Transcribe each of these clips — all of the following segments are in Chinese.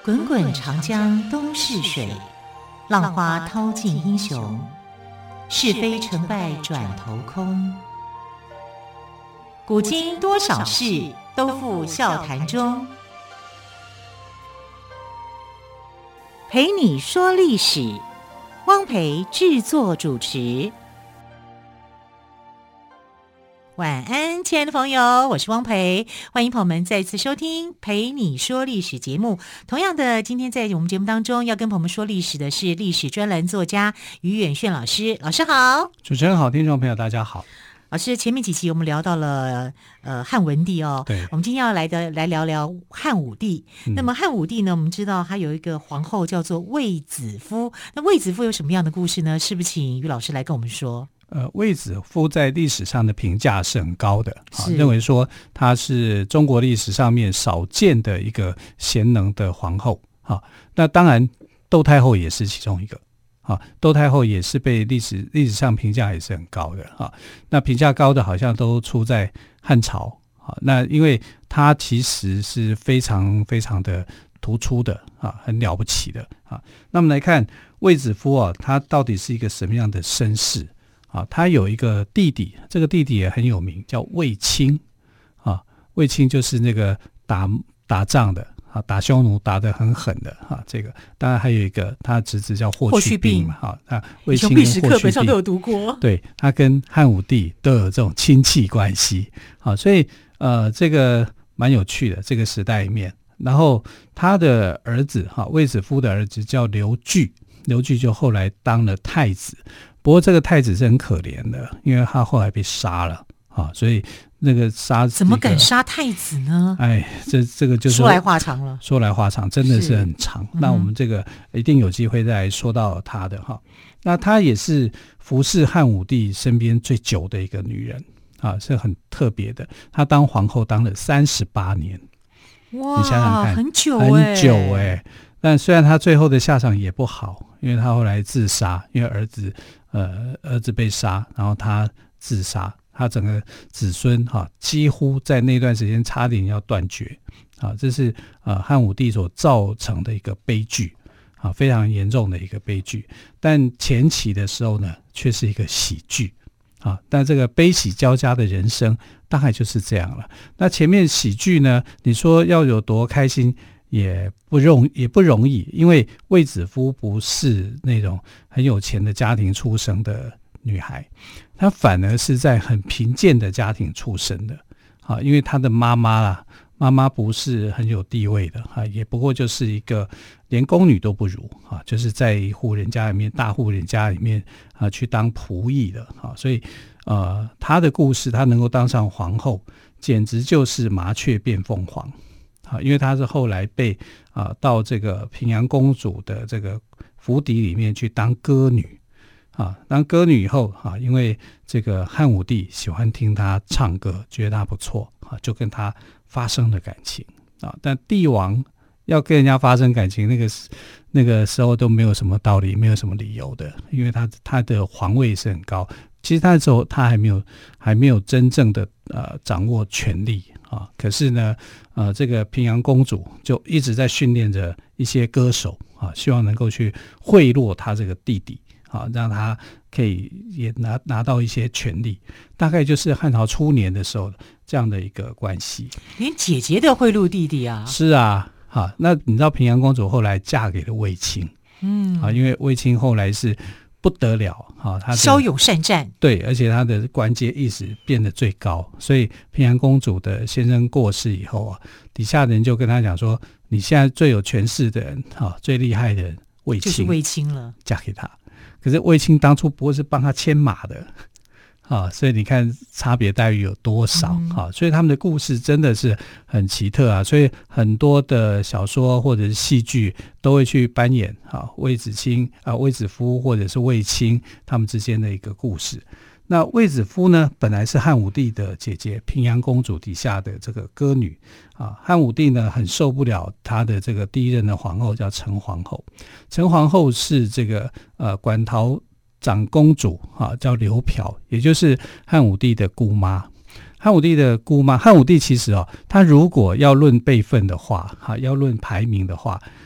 滚滚长江东逝水，浪花淘尽英雄。是非成败转头空。古今多少事，都付笑谈中。陪你说历史，汪培制作主持。晚安，亲爱的朋友，我是汪培，欢迎朋友们再次收听陪你说历史节目。同样的，今天在我们节目当中要跟朋友们说历史的是历史专栏作家于远炫老师。老师好。 主持人好，听众朋友大家好。 老师，前面几期我们聊到了汉文帝哦， 对， 我们今天要来聊聊汉武帝。那么汉武帝呢，我们知道他有一个皇后叫做卫子夫。那卫子夫有什么样的故事呢？是不是请于老师来跟我们说？ 卫子夫在历史上的评价是很高的，认为说她是中国历史上面少见的一个贤能的皇后。那当然窦太后也是其中一个。窦太后也是被历史上评价也是很高的。那评价高的好像都出在汉朝。那因为她其实是非常非常的突出的，很了不起的。那我们来看卫子夫他到底是一个什么样的身世？他有一个弟弟，这个弟弟也很有名，叫卫青。卫青就是那个打仗的，打匈奴打得很狠的。这个当然还有一个他侄子叫霍去病嘛。卫青跟霍去病历史课本上都有读过。对，他跟汉武帝都有这种亲戚关系。所以这个蛮有趣的，这个时代里面。然后他的儿子卫子夫的儿子叫刘据，刘据就后来当了太子。不过这个太子是很可怜的，因为他后来被杀了。所以那个杀怎么敢杀太子呢？ 这个就是说来话长了， 说来话长，真的是很长。那我们这个一定有机会再来说到他的。那他也是服侍汉武帝身边最久的一个女人，是很特别的。她当皇后当了38年， 哇， 你想想看， 很久但虽然她最后的下场也不好，因为她后来自杀，因为儿子被杀，然后她自杀。他整个子孙几乎在那段时间差点要断绝。这是汉武帝所造成的一个悲剧，非常严重的一个悲剧。但前期的时候呢，却是一个喜剧。但这个悲喜交加的人生大概就是这样了。那前面喜剧呢，你说要有多开心也不容易，因为卫子夫不是那种很有钱的家庭出生的女孩，她反而是在很贫贱的家庭出生的。因为她的妈妈不是很有地位的，也不过就是一个连宫女都不如，就是在一户人家里面，大户人家里面去当仆役的。所以她的故事，她能够当上皇后，简直就是麻雀变凤凰。因为她是后来被到这个平阳公主的这个府邸里面去当歌女。当歌女以后，因为这个汉武帝喜欢听她唱歌，觉得她不错，就跟她发生了感情。但帝王要跟人家发生感情，那个时候都没有什么道理，没有什么理由的，因为他的皇位是很高。其实他那时候他还没有真正的掌握权力。可是呢这个平阳公主就一直在训练着一些歌手，希望能够去贿赂他这个弟弟，让他可以也拿到一些权利。大概就是汉朝初年的时候这样的一个关系。 连姐姐都贿赂弟弟啊？是啊。那你知道平阳公主后来嫁给了卫青。因为卫青后来是不得了，他骁勇善战。 对，而且他的官阶一直变得最高。所以平阳公主的先生过世以后底下的人就跟他讲说，你现在最有权势的人，最厉害的人卫青， 就是卫青了， 嫁给他。可是卫青当初不过是帮他牵马的。所以你看差别待遇有多少。所以他们的故事真的是很奇特。所以很多的小说或者是戏剧都会去扮演卫子夫或者是卫青他们之间的一个故事。那卫子夫呢，本来是汉武帝的姐姐，平阳公主底下的这个歌女。汉武帝呢很受不了他的这个第一任的皇后叫陈皇后。陈皇后是这个馆陶长公主，叫刘嫖，也就是汉武帝的姑妈。汉武帝其实他如果要论辈分的话，要论排名的话，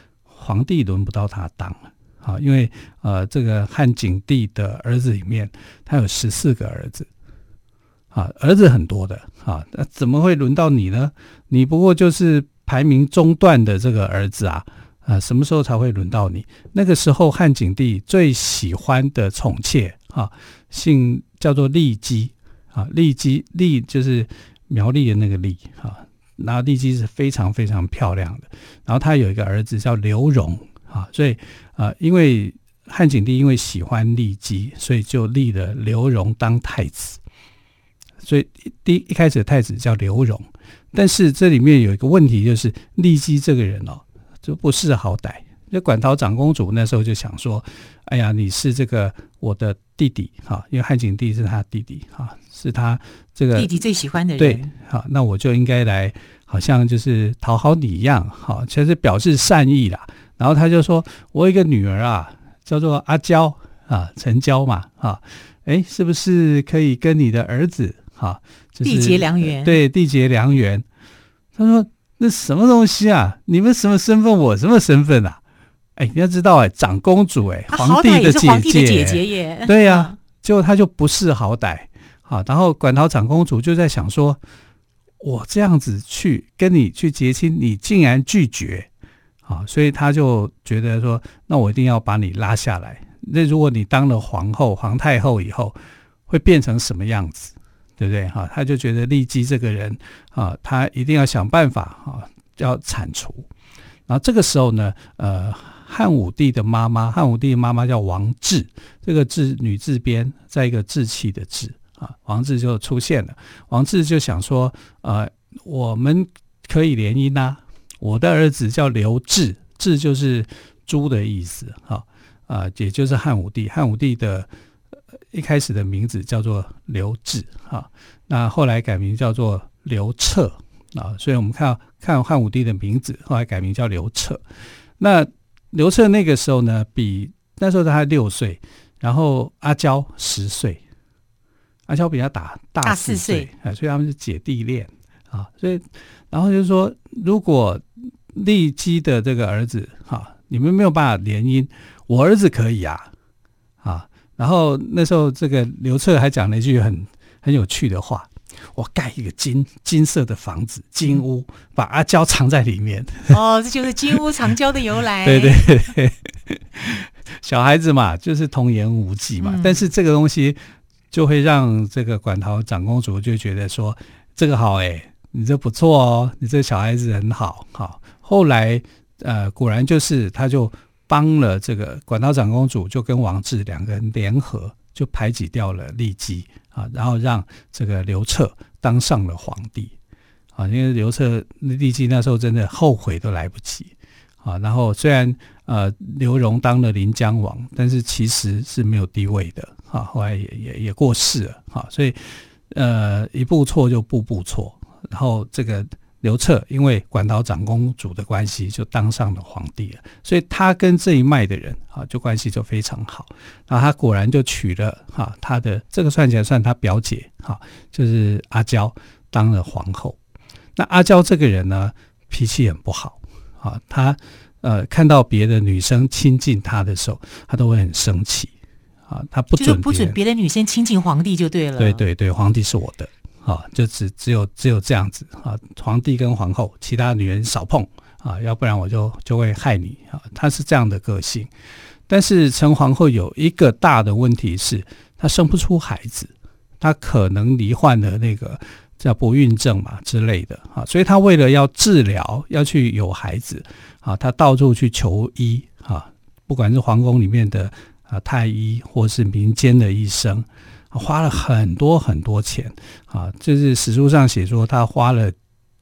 皇帝轮不到他当了，因为这个汉景帝的儿子里面，他有14个儿子，儿子很多的，那怎么会轮到你呢？你不过就是排名中段的这个儿子啊，什么时候才会轮到你？那个时候汉景帝最喜欢的宠妾姓叫做骊姬骊就是苗栗的那个骊然后骊姬是非常非常漂亮的，然后他有一个儿子叫刘荣所以因为汉景帝因为喜欢骊姬，所以就立了刘荣当太子，所以一开始的太子叫刘荣。但是这里面有一个问题，就是骊姬这个人就不识好歹。就馆陶长公主那时候就想说，哎呀，你是这个我的弟弟因为汉景帝是他弟弟是他这个弟弟最喜欢的人， 对，那我就应该来好像就是讨好你一样其实表示善意啦。然后他就说，我有一个女儿叫做阿娇陈娇嘛是不是可以跟你的儿子就是缔结良缘？ 对，缔结良缘。他说那什么东西啊？你们什么身份，我什么身份啊？你要知道长公主皇帝的姐姐， 好歹也是皇帝的姐姐耶。 对呀，结果他就不识好歹然后馆陶长公主就在想说，我这样子去跟你去结亲，你竟然拒绝所以他就觉得说，那我一定要把你拉下来。那如果你当了皇太后以后，会变成什么样子？对不对他就觉得骊姬这个人他一定要想办法要铲除。然后这个时候呢汉武帝的妈妈叫王志，这个志女字边在一个志气的志王志就出现了。王志就想说我们可以联姻我的儿子叫刘志，志就是猪的意思也就是汉武帝的一开始的名字叫做刘志那后来改名叫做刘彻所以我们看汉武帝的名字后来改名叫刘彻。那刘彻那个时候呢，那时候他6岁，然后阿娇10岁，阿娇比他大4岁所以他们是姐弟恋所以然后就是说，如果骊姬的这个儿子你们没有办法联姻，我儿子可以然后那时候这个刘彻还讲了一句很有趣的话，我盖一个金色的房子，金屋，把阿娇藏在里面。 这就是金屋藏娇的由来。 对对对，小孩子嘛，就是童言无忌嘛。但是这个东西就会让这个馆陶长公主就觉得说，这个好你这不错你这小孩子很好后来果然就是他就帮了这个馆陶长公主，就跟王志2个人联合，就排挤掉了骊姬然后让这个刘彻当上了皇帝因为骊姬那时候真的后悔都来不及然后虽然刘荣当了临江王，但是其实是没有地位的后来也过世了所以一步错就步步错。然后这个刘彻因为馆陶长公主的关系就当上了皇帝了，所以他跟这一脉的人就关系就非常好。然后他果然就娶了他的这个算起来算他表姐就是阿娇当了皇后。那阿娇这个人呢，脾气很不好他看到别的女生亲近他的时候，他都会很生气他不准别的女生亲近皇帝就对了。 对对对，皇帝是我的就只有这样子皇帝跟皇后，其他女人少碰要不然我就会害你他是这样的个性。但是陈皇后有一个大的问题是，她生不出孩子，她可能罹患了那个叫不孕症嘛之类的所以她为了要治疗，要去有孩子她到处去求医不管是皇宫里面的太医或是民间的医生，花了很多很多钱就是史书上写说他花了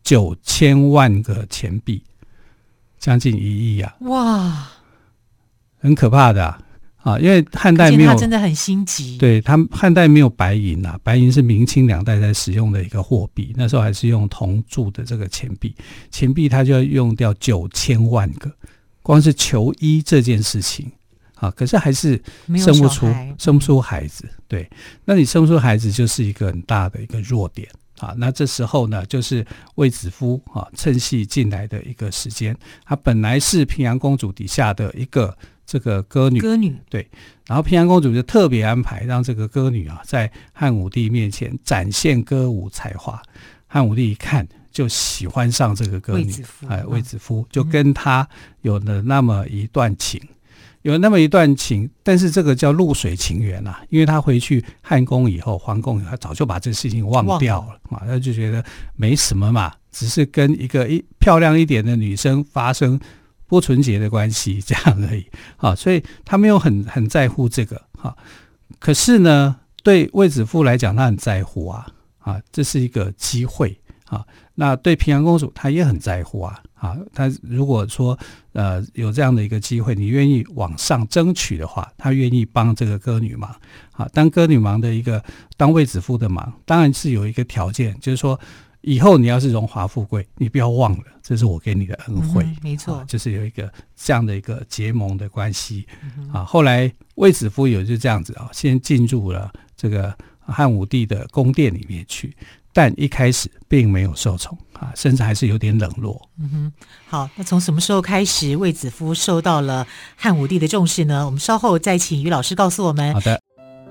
9000万个钱币，将近1亿哇， 很可怕的因为汉代没有， 他真的很心急。 对，他汉代没有白银白银是明清2代才使用的一个货币，那时候还是用铜铸的这个钱币他就要用掉9000万个，光是求医这件事情可是还是生不出孩子。对，那你生不出孩子就是一个很大的一个弱点那这时候呢，就是卫子夫趁隙进来的一个时间。她本来是平阳公主底下的一个这个歌女，对，然后平阳公主就特别安排让这个歌女在汉武帝面前展现歌舞才华。汉武帝一看就喜欢上这个歌女卫子夫，就跟她有了那么一段情。但是这个叫露水情缘因为他回去汉宫以后，皇宫以后，他早就把这个事情忘掉了他就觉得没什么嘛，只是跟一个漂亮一点的女生发生不纯洁的关系这样而已所以他没有很在乎这个可是呢，对卫子夫来讲，他很在乎这是一个机会那对平阳公主她也很在乎她如果说有这样的一个机会，你愿意往上争取的话，她愿意帮这个歌女忙当歌女忙的当卫子夫的忙，当然是有一个条件，就是说以后你要是荣华富贵，你不要忘了这是我给你的恩惠没错就是有一个这样的一个结盟的关系后来卫子夫也就这样子先进入了这个汉武帝的宫殿里面去，但一开始并没有受宠甚至还是有点冷落。 好，那从什么时候开始卫子夫受到了汉武帝的重视呢？我们稍后再请于老师告诉我们。 好的。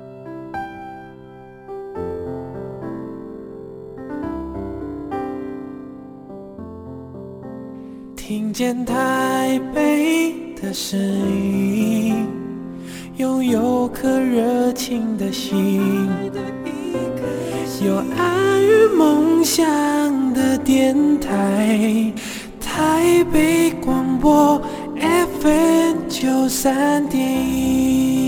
听见台北的声音，拥有颗热情的心，有爱与梦想的电台，台北广播 FM93.1。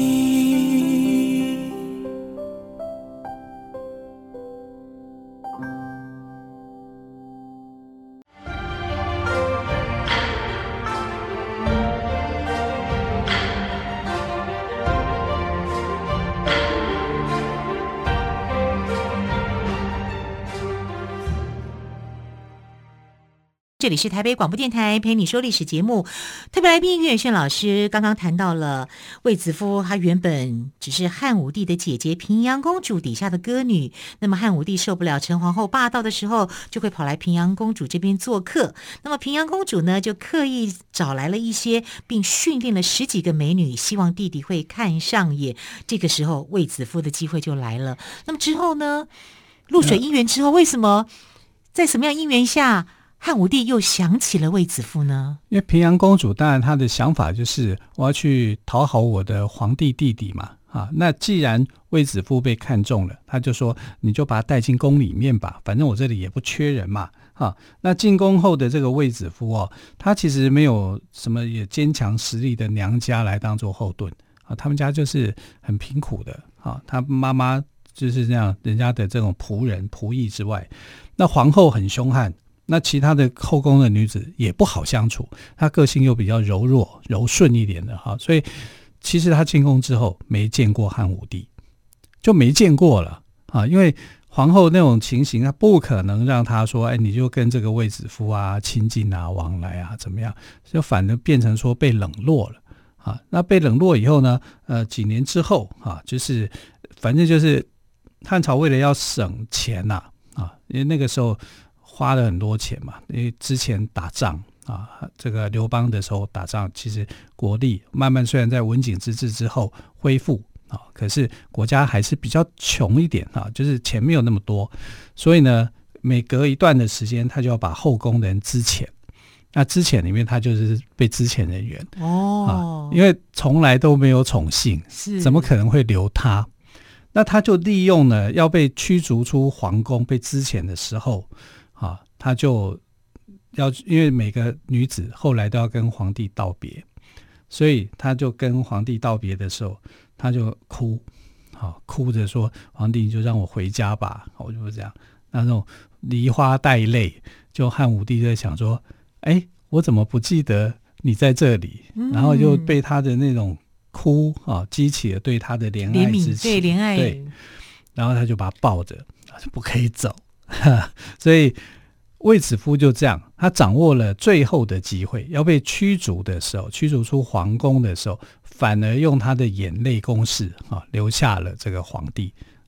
这里是台北广播电台陪你说历史节目，特别来宾于远炫老师刚刚谈到了卫子夫，她原本只是汉武帝的姐姐平阳公主底下的歌女，那么汉武帝受不了陈皇后霸道的时候，就会跑来平阳公主这边做客，那么平阳公主呢，就刻意找来了一些并训练了10几个美女，希望弟弟会看上眼。这个时候卫子夫的机会就来了。那么之后呢，露水姻缘之后，为什么在什么样姻缘下汉武帝又想起了卫子夫呢？ 因为平阳公主当然她的想法就是我要去讨好我的皇帝弟弟嘛那既然卫子夫被看中了，他就说你就把他带进宫里面吧，反正我这里也不缺人嘛那进宫后的这个卫子夫他其实没有什么也坚强实力的娘家来当做后盾他们家就是很贫苦的他妈妈就是这样人家的这种仆人仆役之外，那皇后很凶悍，那其他的后宫的女子也不好相处，她个性又比较柔弱柔顺一点的所以其实她进宫之后没见过汉武帝，就没见过了因为皇后那种情形，她不可能让她说你就跟这个卫子夫亲近往来怎么样，就反而变成说被冷落了那被冷落以后呢几年之后就是反正就是汉朝为了要省钱因为那个时候花了很多钱嘛，因为之前打仗这个刘邦的时候打仗，其实国力慢慢虽然在文景之治之后恢复可是国家还是比较穷一点就是钱没有那么多，所以呢每隔一段的时间他就要把后宫的人资遣，那资遣里面他就是被资遣人员因为从来都没有宠幸，怎么可能会留他？那他就利用了要被驱逐出皇宫被资遣的时候他就要因为每个女子后来都要跟皇帝道别，所以他就跟皇帝道别的时候他就哭着说皇帝你就让我回家吧，我就这样那种梨花带泪，就汉武帝在想说我怎么不记得你在这里然后就被他的那种哭激起了对他的怜爱之情， 对怜爱对，然后他就把他抱着不可以走所以卫子夫就这样，他掌握了最后的机会，要被驱逐的时候，驱逐出皇宫的时候，反而用他的眼泪攻势留下了这个皇帝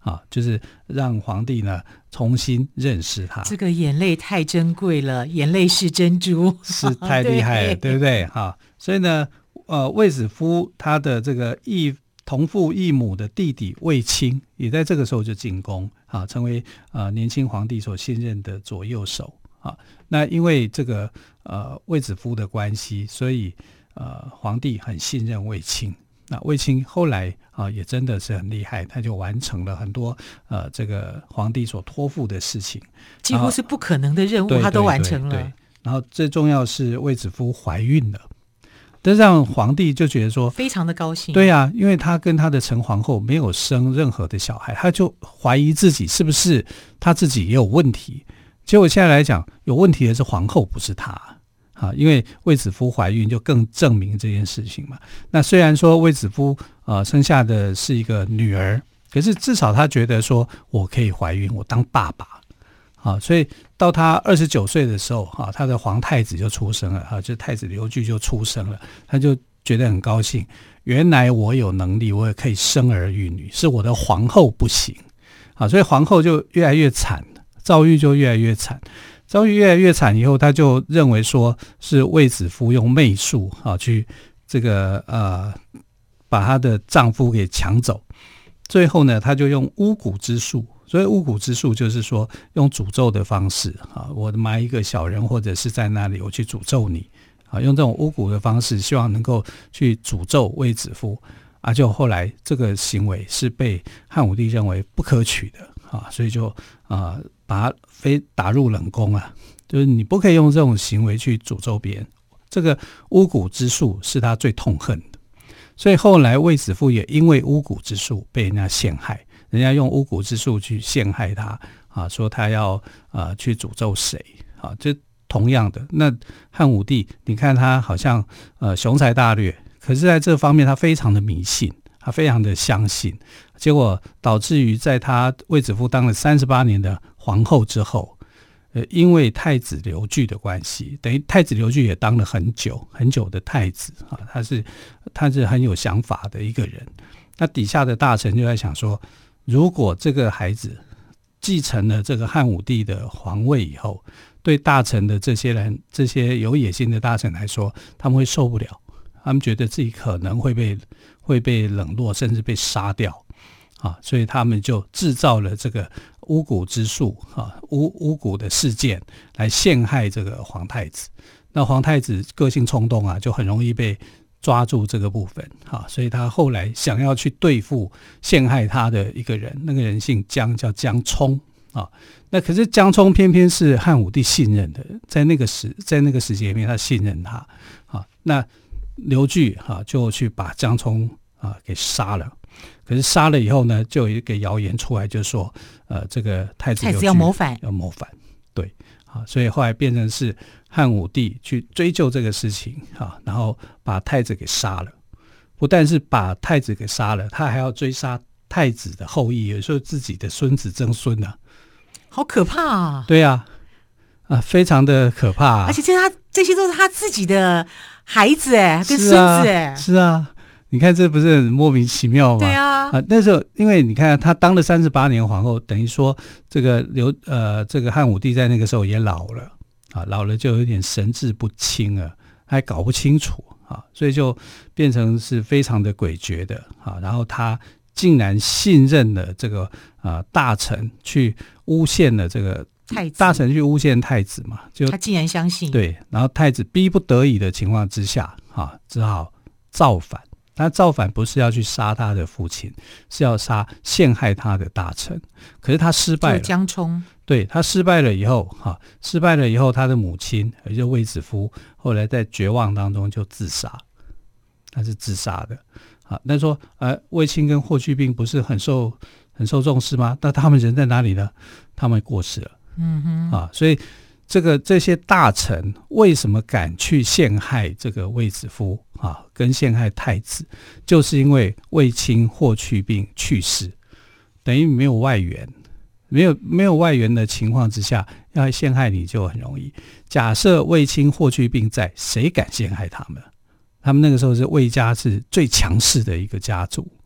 就是让皇帝呢重新认识他。 这个眼泪太珍贵了，眼泪是珍珠， 是太厉害了，对不对？所以呢，卫子夫他的这个同父异母的弟弟卫青，也在这个时候就进宫成为年轻皇帝所信任的左右手那因为这个卫子夫的关系，所以皇帝很信任卫青。那卫青后来也真的是很厉害，他就完成了很多这个皇帝所托付的事情， 几乎是不可能的任务他都完成了。 对，然后最重要是卫子夫怀孕了，这让皇帝就觉得说非常的高兴。 对啊，因为他跟他的陈皇后没有生任何的小孩，他就怀疑自己是不是他自己也有问题。结果现在来讲，有问题的是皇后，不是他因为卫子夫怀孕就更证明这件事情嘛。那虽然说卫子夫生下的是一个女儿，可是至少他觉得说我可以怀孕，我当爸爸所以到他29岁的时候他的皇太子就出生了就太子刘据就出生了，他就觉得很高兴，原来我有能力，我也可以生儿育女，是我的皇后不行所以皇后就越来越惨，赵玉就越来越惨。赵玉越来越惨以后，他就认为说是卫子夫用媚术去这个把她的丈夫给抢走。最后呢，他就用巫蛊之术。所以巫蛊之术就是说用诅咒的方式我埋一个小人或者是在那里我去诅咒你用这种巫蛊的方式，希望能够去诅咒卫子夫就后来这个行为是被汉武帝认为不可取的所以就把他非打入冷宫就是你不可以用这种行为去诅咒别人，这个巫蛊之术是他最痛恨的。所以后来卫子夫也因为巫蛊之术被人家陷害，人家用巫蛊之术去陷害他说他要去诅咒谁就同样的。那汉武帝你看他好像雄才大略，可是在这方面他非常的迷信，他非常的相信，结果导致于在他卫子夫当了38年的皇后之后因为太子刘据的关系，等于太子刘据也当了很久很久的太子他是很有想法的一个人。那底下的大臣就在想说，如果这个孩子继承了这个汉武帝的皇位以后，对大臣的这些人，这些有野心的大臣来说，他们会受不了，他们觉得自己可能会被冷落，甚至被杀掉所以他们就制造了这个巫蛊之术巫蛊的事件来陷害这个皇太子。那皇太子个性冲动就很容易被抓住这个部分所以他后来想要去对付陷害他的一个人，那个人姓姜，叫姜冲那可是姜冲偏偏是汉武帝信任的，在那个时节里面他信任他那刘据就去把姜冲给杀了。可是杀了以后呢，就有一个谣言出来，就是说这个太子刘据要谋反， 对所以后来变成是汉武帝去追究这个事情然后把太子给杀了。不但是把太子给杀了，他还要追杀太子的后裔，有时候自己的孙子曾孙好可怕对非常的可怕而且这些都是他自己的孩子跟孙子是你看这不是很莫名其妙吗？ 对那时候因为你看他当了38年皇后，等于说这个这个汉武帝在那个时候也老了老了就有点神志不清了，还搞不清楚所以就变成是非常的诡谲的然后他竟然信任了这个大臣去诬陷了这个太子， 大臣去诬陷太子嘛，就他竟然相信。 对，然后太子逼不得已的情况之下只好造反。他造反不是要去杀他的父亲，是要陷害他的大臣，可是他失败了。 姜冲， 对，他失败了以后他的母亲也就是卫子夫后来在绝望当中就自杀，他是自杀的那说卫青跟霍去病不是很受重视吗？那他们人在哪里呢？他们过世了所以这些大臣为什么敢去陷害这个卫子夫跟陷害太子，就是因为卫青、霍去病去世，等于没有外援，没有外援的情况之下，要陷害你就很容易。假设卫青、霍去病在，谁敢陷害他们？他们那个时候是卫家是最强势的一个家族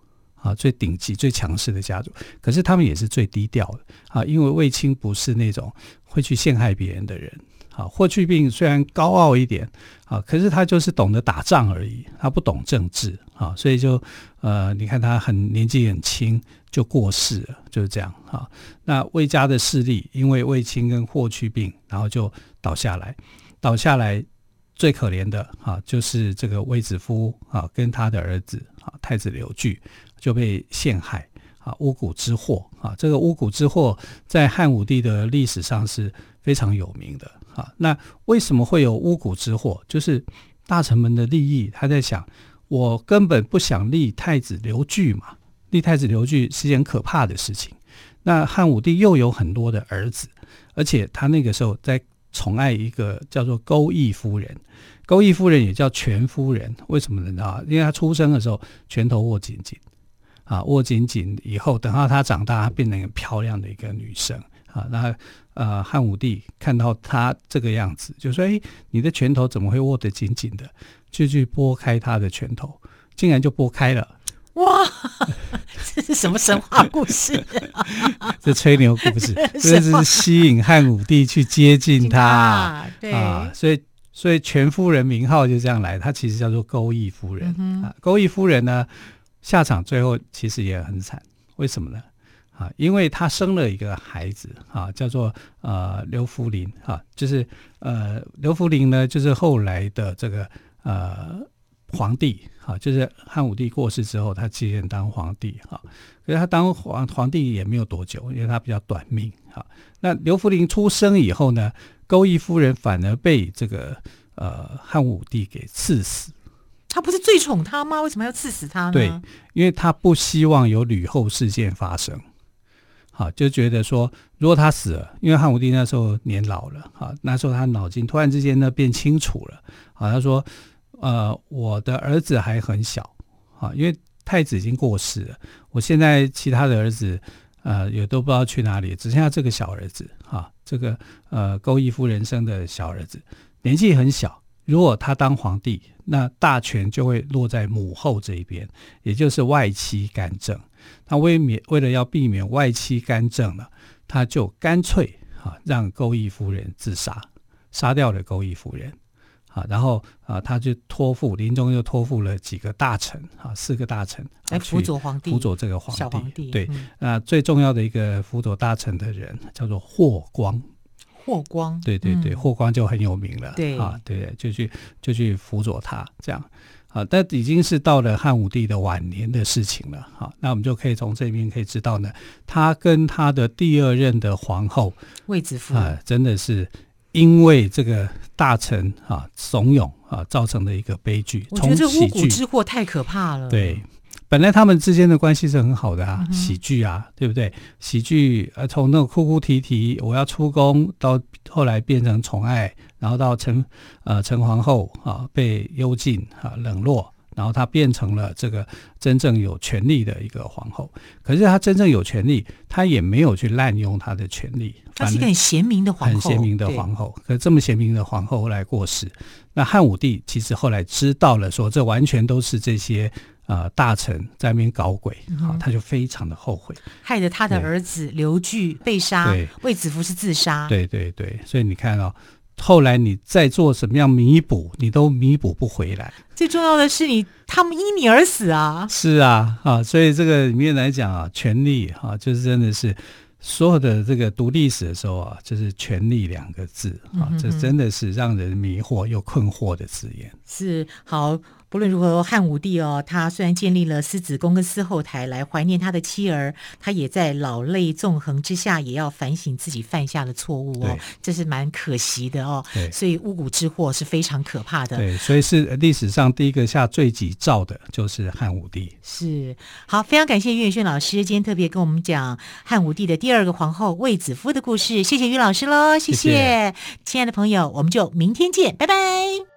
最顶级最强势的家族，可是他们也是最低调的因为卫青不是那种会去陷害别人的人霍去病虽然高傲一点可是他就是懂得打仗而已，他不懂政治所以就你看他年纪很轻就过世了，就是这样那魏家的势力因为卫青跟霍去病然后就倒下来最可怜的就是这个卫子夫跟他的儿子太子刘据就被陷害巫蛊之祸这个巫蛊之祸在汉武帝的历史上是非常有名的那为什么会有巫蛊之祸？就是大臣们的利益，他在想我根本不想立太子刘据嘛，立太子刘据是件可怕的事情。那汉武帝又有很多的儿子，而且他那个时候在宠爱一个叫做钩弋夫人，钩弋夫人也叫全夫人，为什么呢？因为她出生的时候拳头握紧紧握紧紧以后，等到她长大，她变成很漂亮的一个女生那汉武帝看到她这个样子，就说：“你的拳头怎么会握得紧紧的？”就去拨开她的拳头，竟然就拨开了。 哇，这是什么神话故事这吹牛故事，这是吸引汉武帝去接近他对所以全夫人名号就这样来，她其实叫做钩弋夫人钩弋夫人呢，下场最后其实也很惨，为什么呢？因为她生了一个孩子叫做刘弗陵就是刘弗陵呢，就是后来的这个皇帝就是汉武帝过世之后，他接任当皇帝可是他当皇帝也没有多久，因为他比较短命那刘弗陵出生以后呢，钩弋夫人反而被这个汉武帝给赐死。 他不是最宠他吗？为什么要赐死他呢？ 对，因为他不希望有吕后事件发生就觉得说如果他死了，因为汉武帝那时候年老了那时候他脑筋突然之间呢变清楚了他说我的儿子还很小因为太子已经过世了，我现在其他的儿子也都不知道去哪里，只剩下这个小儿子这个钩弋夫人生的小儿子年纪很小，如果他当皇帝，那大权就会落在母后这一边，也就是外戚干政。他为了要避免外戚干政呢，他就干脆让钩弋夫人自杀，杀掉了钩弋夫人然后他就临终就托付了几个大臣4个大臣来辅佐皇帝， 辅佐这个皇帝， 小皇帝对最重要的一个辅佐大臣的人叫做霍光。 霍光， 对对对霍光就很有名了， 对对，就去辅佐他这样但已经是到了汉武帝的晚年的事情了那我们就可以从这边可以知道呢，他跟他的第2任的皇后卫子夫真的是因为这个大臣怂恿造成的一个悲剧。 我觉得这巫蛊之祸太可怕了。 对，本来他们之间的关系是很好的喜剧对不对？喜剧从那种哭哭啼啼我要出宫，到后来变成宠爱，然后到陈皇后被幽禁冷落，然后她变成了这个真正有权力的一个皇后。可是她真正有权力，她也没有去滥用她的权力， 她是一个很贤明的皇后， 很贤明的皇后。可是这么贤明的皇后后来过世，那汉武帝其实后来知道了说这完全都是这些大臣在那边搞鬼他就非常的后悔， 害得他的儿子刘据被杀，卫子夫是自杀。 对对对，所以你看后来你再做什么样弥补，你都弥补不回来。 最重要的是他们因你而死啊！ 是所以这个里面来讲权力就是真的是所有的这个读历史的时候就是权力2个字这真的是让人迷惑又困惑的字眼。 是好。不论如何，汉武帝他虽然建立了思子宫跟思后台来怀念他的妻儿，他也在老泪纵横之下，也要反省自己犯下的错误这是蛮可惜的所以巫蛊之祸是非常可怕的。 对，所以是历史上第一个下罪己诏的就是汉武帝。 是好，非常感谢于远炫老师今天特别跟我们讲汉武帝的第2个皇后卫子夫的故事，谢谢于老师喽，谢谢。亲爱的朋友，我们就明天见，拜拜。